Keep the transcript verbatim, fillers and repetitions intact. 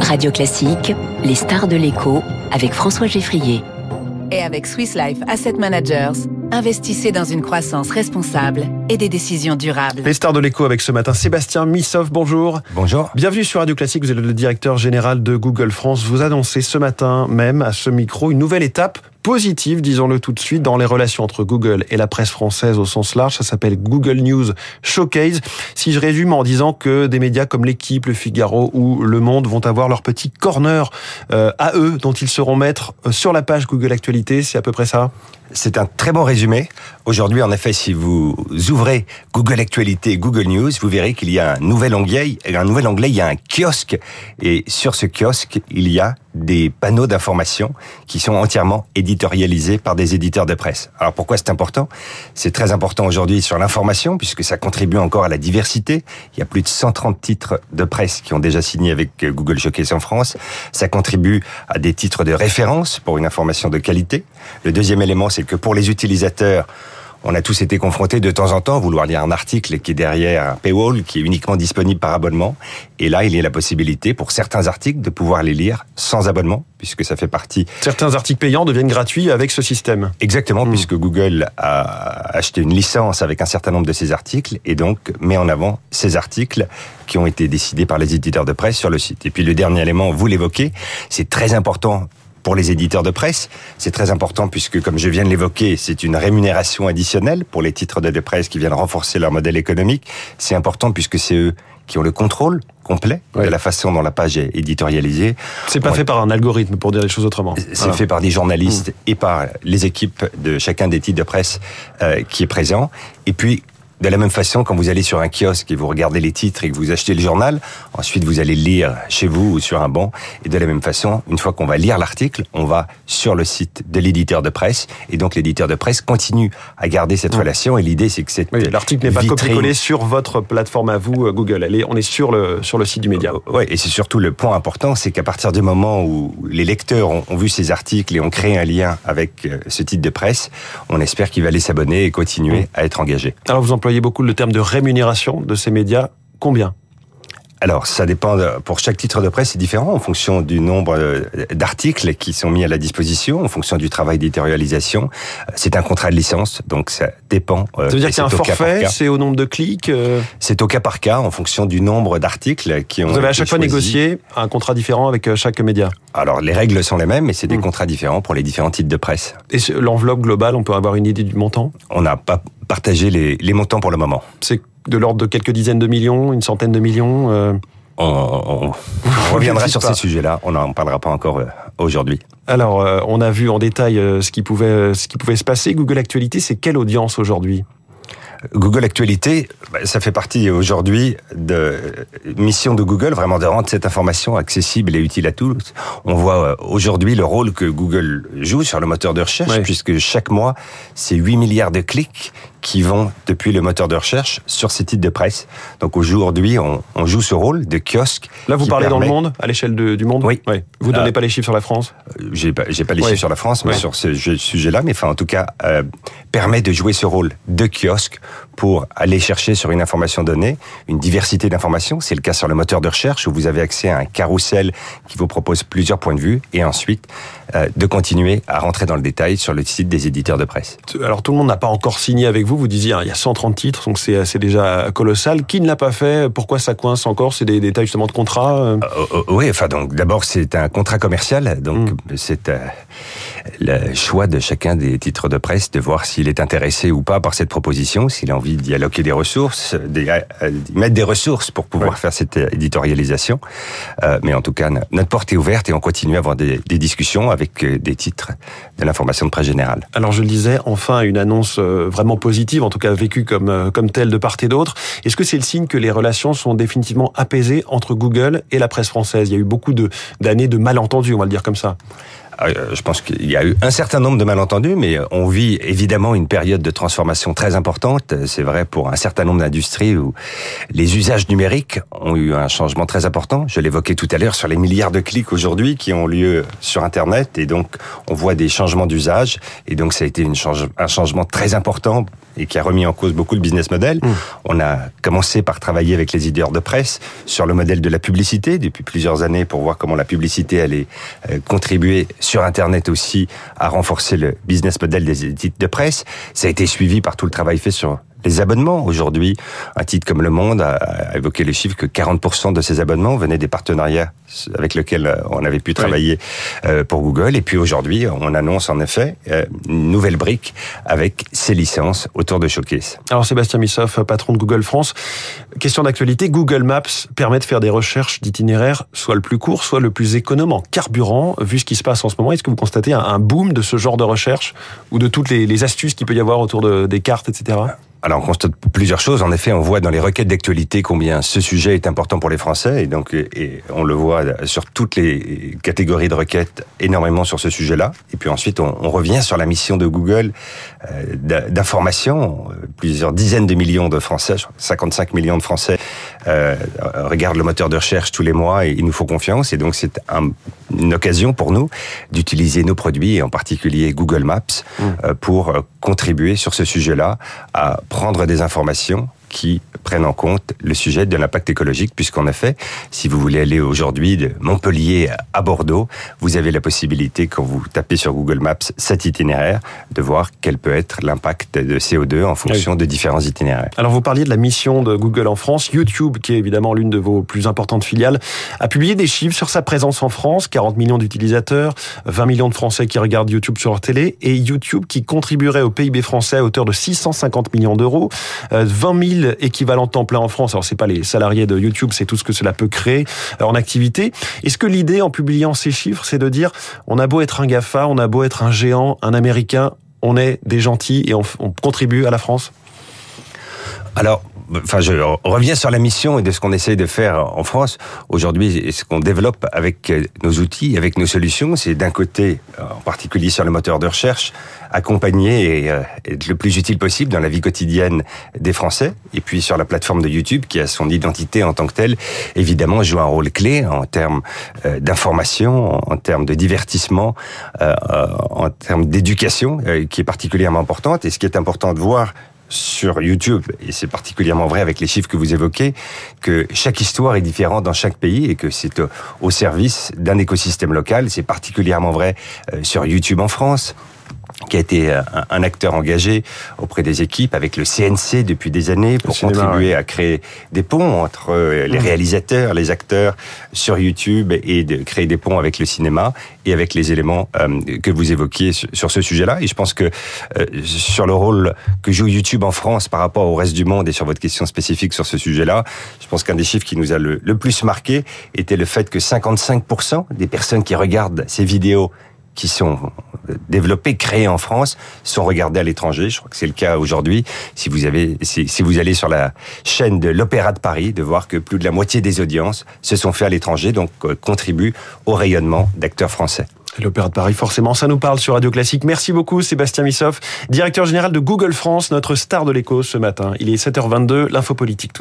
Radio Classique, les stars de l'écho avec François Geffrier. Et avec Swiss Life Asset Managers, investissez dans une croissance responsable et des décisions durables. Les stars de l'écho avec ce matin, Sébastien Missoff, bonjour. Bonjour. Bienvenue sur Radio Classique, vous êtes le directeur général de Google France. Vous annoncez ce matin même à ce micro une nouvelle étape positive, disons-le tout de suite, dans les relations entre Google et la presse française au sens large. Ça s'appelle Google News Showcase. Si je résume en disant que des médias comme L'Équipe, Le Figaro ou Le Monde vont avoir leur petit corner euh, à eux, dont ils seront maîtres sur la page Google Actualité, c'est à peu près ça ? C'est un très bon résumé. Aujourd'hui, en effet, si vous ouvrez Google Actualité, Google News, vous verrez qu'il y a un nouvel onglet, un nouvel onglet, il y a un kiosque. Et sur ce kiosque, il y a des panneaux d'information qui sont entièrement éditorialisés par des éditeurs de presse. Alors pourquoi c'est important ? C'est très important aujourd'hui sur l'information, puisque ça contribue encore à la diversité. Il y a plus de cent trente titres de presse qui ont déjà signé avec Google Showcase en France. Ça contribue à des titres de référence pour une information de qualité. Le deuxième élément, c'est que pour les utilisateurs, on a tous été confrontés de temps en temps à vouloir lire un article qui est derrière un paywall, qui est uniquement disponible par abonnement. Et là, il y a la possibilité pour certains articles de pouvoir les lire sans abonnement, puisque ça fait partie... Certains articles payants deviennent gratuits avec ce système. Exactement, mmh. puisque Google a acheté une licence avec un certain nombre de ces articles et donc met en avant ces articles qui ont été décidés par les éditeurs de presse sur le site. Et puis le dernier élément, vous l'évoquez, c'est très important pour les éditeurs de presse, c'est très important puisque, comme je viens de l'évoquer, c'est une rémunération additionnelle pour les titres de presse qui viennent renforcer leur modèle économique. C'est important puisque c'est eux qui ont le contrôle complet ouais. de la façon dont la page est éditorialisée. C'est pas On... fait par un algorithme, pour dire les choses autrement. C'est voilà. fait par des journalistes mmh. et par les équipes de chacun des titres de presse euh, qui est présent. Et puis, de la même façon, quand vous allez sur un kiosque et vous regardez les titres et que vous achetez le journal, ensuite vous allez le lire chez vous ou sur un banc. Et de la même façon, une fois qu'on va lire l'article, on va sur le site de l'éditeur de presse. Et donc l'éditeur de presse continue à garder cette mmh. relation. Et l'idée, c'est que cette oui, l'article n'est pas vitrine... copié-collé sur votre plateforme à vous, Google. Elle est, on est sur le, sur le site du média. Oui, et c'est surtout le point important, c'est qu'à partir du moment où les lecteurs ont, ont vu ces articles et ont créé un lien avec ce titre de presse, on espère qu'ils vont aller s'abonner et continuer mmh. à être engagés. Alors vous employez beaucoup le terme de rémunération de ces médias. Combien ? Alors, ça dépend, de, pour chaque titre de presse, c'est différent en fonction du nombre d'articles qui sont mis à la disposition, en fonction du travail d'éditorialisation. C'est un contrat de licence, donc ça dépend. Ça veut dire qu'il y a un forfait, c'est au nombre de clics euh... C'est au cas par cas, en fonction du nombre d'articles qui ont Vous avez à été chaque fois choisis. négocié un contrat différent avec chaque média ? Alors, les règles sont les mêmes, mais c'est des mmh. contrats différents pour les différents titres de presse. Et l'enveloppe globale, on peut avoir une idée du montant ? On n'a pas partagé les, les montants pour le moment. C'est de l'ordre de quelques dizaines de millions, une centaine de millions euh... On, on, on reviendra sur ces sujets-là. On n'en parlera pas encore aujourd'hui. Alors, euh, on a vu en détail euh, ce qui pouvait, euh, ce qui pouvait se passer. Google Actualité, c'est quelle audience aujourd'hui ? Google Actualité, ça fait partie aujourd'hui de mission de Google, vraiment de rendre cette information accessible et utile à tous. On voit aujourd'hui le rôle que Google joue sur le moteur de recherche, oui. puisque chaque mois, c'est huit milliards de clics qui vont depuis le moteur de recherche sur ces titres de presse. Donc aujourd'hui, on, on joue ce rôle de kiosque. Là, vous parlez permet... dans le monde, à l'échelle de, du monde ? Oui. oui. Vous donnez euh, pas les chiffres sur la France ? J'ai pas, j'ai pas les oui. chiffres sur la France, mais oui. sur ce sujet-là. Mais enfin, en tout cas, euh, permet de jouer ce rôle de kiosque pour aller chercher sur une information donnée une diversité d'informations. C'est le cas sur le moteur de recherche où vous avez accès à un carrousel qui vous propose plusieurs points de vue et ensuite euh, de continuer à rentrer dans le détail sur le site des éditeurs de presse. Alors tout le monde n'a pas encore signé avec vous. Vous disiez hein, il y a cent trente titres, donc c'est, c'est déjà colossal. Qui ne l'a pas fait ? Pourquoi ça coince encore ? C'est des détails justement de contrat euh... euh, Oui, enfin donc d'abord c'est un contrat commercial, donc mmh. c'est euh, le choix de chacun des titres de presse de voir s'il est intéressé ou pas par cette proposition, s'il a envie d'y alloquer des ressources, d'y mettre des ressources pour pouvoir ouais. faire cette éditorialisation. Euh, mais en tout cas, notre porte est ouverte et on continue à avoir des, des discussions avec des titres de l'information de presse générale. Alors je le disais, enfin une annonce vraiment positive, en tout cas vécue comme, comme telle de part et d'autre. Est-ce que c'est le signe que les relations sont définitivement apaisées entre Google et la presse française ? Il y a eu beaucoup de, d'années de malentendus, on va le dire comme ça. Je pense qu'il y a eu un certain nombre de malentendus, mais on vit évidemment une période de transformation très importante. C'est vrai pour un certain nombre d'industries où les usages numériques ont eu un changement très important. Je l'évoquais tout à l'heure sur les milliards de clics aujourd'hui qui ont lieu sur Internet, et donc on voit des changements d'usage, et donc ça a été une change, un changement très important et qui a remis en cause beaucoup le business model. Mmh. On a commencé par travailler avec les éditeurs de presse sur le modèle de la publicité depuis plusieurs années pour voir comment la publicité allait euh, contribuer sur Internet aussi à renforcer le business model des éditeurs de presse. Ça a été suivi par tout le travail fait sur les abonnements. Aujourd'hui, un titre comme Le Monde a, a évoqué le chiffre que quarante pour cent de ces abonnements venaient des partenariats avec lesquels on avait pu travailler oui. euh, pour Google. Et puis aujourd'hui, on annonce en effet euh, une nouvelle brique avec ses licences autour de Showcase. Alors Sébastien Missoff, patron de Google France, question d'actualité, Google Maps permet de faire des recherches d'itinéraires soit le plus court, soit le plus économe en carburant. Vu ce qui se passe en ce moment, est-ce que vous constatez un, un boom de ce genre de recherche ou de toutes les, les astuces qu'il peut y avoir autour de, des cartes, et cetera? Alors, on constate plusieurs choses. En effet, on voit dans les requêtes d'actualité combien ce sujet est important pour les Français. Et donc, et on le voit sur toutes les catégories de requêtes, énormément sur ce sujet-là. Et puis ensuite, on, on revient sur la mission de Google euh, d'information. Plusieurs dizaines de millions de Français, cinquante-cinq millions de Français, euh, regardent le moteur de recherche tous les mois et ils nous font confiance. Et donc, c'est un, une occasion pour nous d'utiliser nos produits, et en particulier Google Maps, mmh. euh, pour contribuer sur ce sujet-là à prendre des informations qui prennent en compte le sujet de l'impact écologique, puisqu'en effet, si vous voulez aller aujourd'hui de Montpellier à Bordeaux, vous avez la possibilité, quand vous tapez sur Google Maps cet itinéraire, de voir quel peut être l'impact de C O deux en fonction oui. de différents itinéraires. Alors vous parliez de la mission de Google en France. YouTube, qui est évidemment l'une de vos plus importantes filiales, a publié des chiffres sur sa présence en France, quarante millions d'utilisateurs, vingt millions de Français qui regardent YouTube sur leur télé, et YouTube qui contribuerait au P I B français à hauteur de six cent cinquante millions d'euros, vingt mille équivalents temps plein en France. Alors c'est pas les salariés de YouTube, c'est tout ce que cela peut créer en activité. Est-ce que l'idée en publiant ces chiffres, c'est de dire on a beau être un GAFA, on a beau être un géant, un Américain, on est des gentils et on, on contribue à la France? Alors, enfin, je reviens sur la mission et de ce qu'on essaye de faire en France. Aujourd'hui, ce qu'on développe avec nos outils, avec nos solutions, c'est d'un côté, en particulier sur le moteur de recherche, accompagner et être le plus utile possible dans la vie quotidienne des Français. Et puis sur la plateforme de YouTube, qui a son identité en tant que telle, évidemment, joue un rôle clé en termes d'information, en termes de divertissement, en termes d'éducation, qui est particulièrement importante. Et ce qui est important de voir sur YouTube, et c'est particulièrement vrai avec les chiffres que vous évoquez, que chaque histoire est différente dans chaque pays et que c'est au service d'un écosystème local. C'est particulièrement vrai sur YouTube en France, qui a été un acteur engagé auprès des équipes avec le C N C depuis des années pour cinéma, contribuer ouais. à créer des ponts entre les réalisateurs, les acteurs sur YouTube et de créer des ponts avec le cinéma et avec les éléments euh, que vous évoquiez sur ce sujet-là. Et je pense que euh, sur le rôle que joue YouTube en France par rapport au reste du monde et sur votre question spécifique sur ce sujet-là, je pense qu'un des chiffres qui nous a le, le plus marqué était le fait que cinquante-cinq pour cent des personnes qui regardent ces vidéos qui sont développés, créés en France, sont regardés à l'étranger. Je crois que c'est le cas aujourd'hui. Si vous avez, si, si vous allez sur la chaîne de l'Opéra de Paris, de voir que plus de la moitié des audiences se sont faites à l'étranger, donc euh, contribuent au rayonnement d'acteurs français. L'Opéra de Paris, forcément, ça nous parle sur Radio Classique. Merci beaucoup, Sébastien Missoff, directeur général de Google France, notre star de l'écho ce matin. Il est sept heures vingt-deux, l'info politique.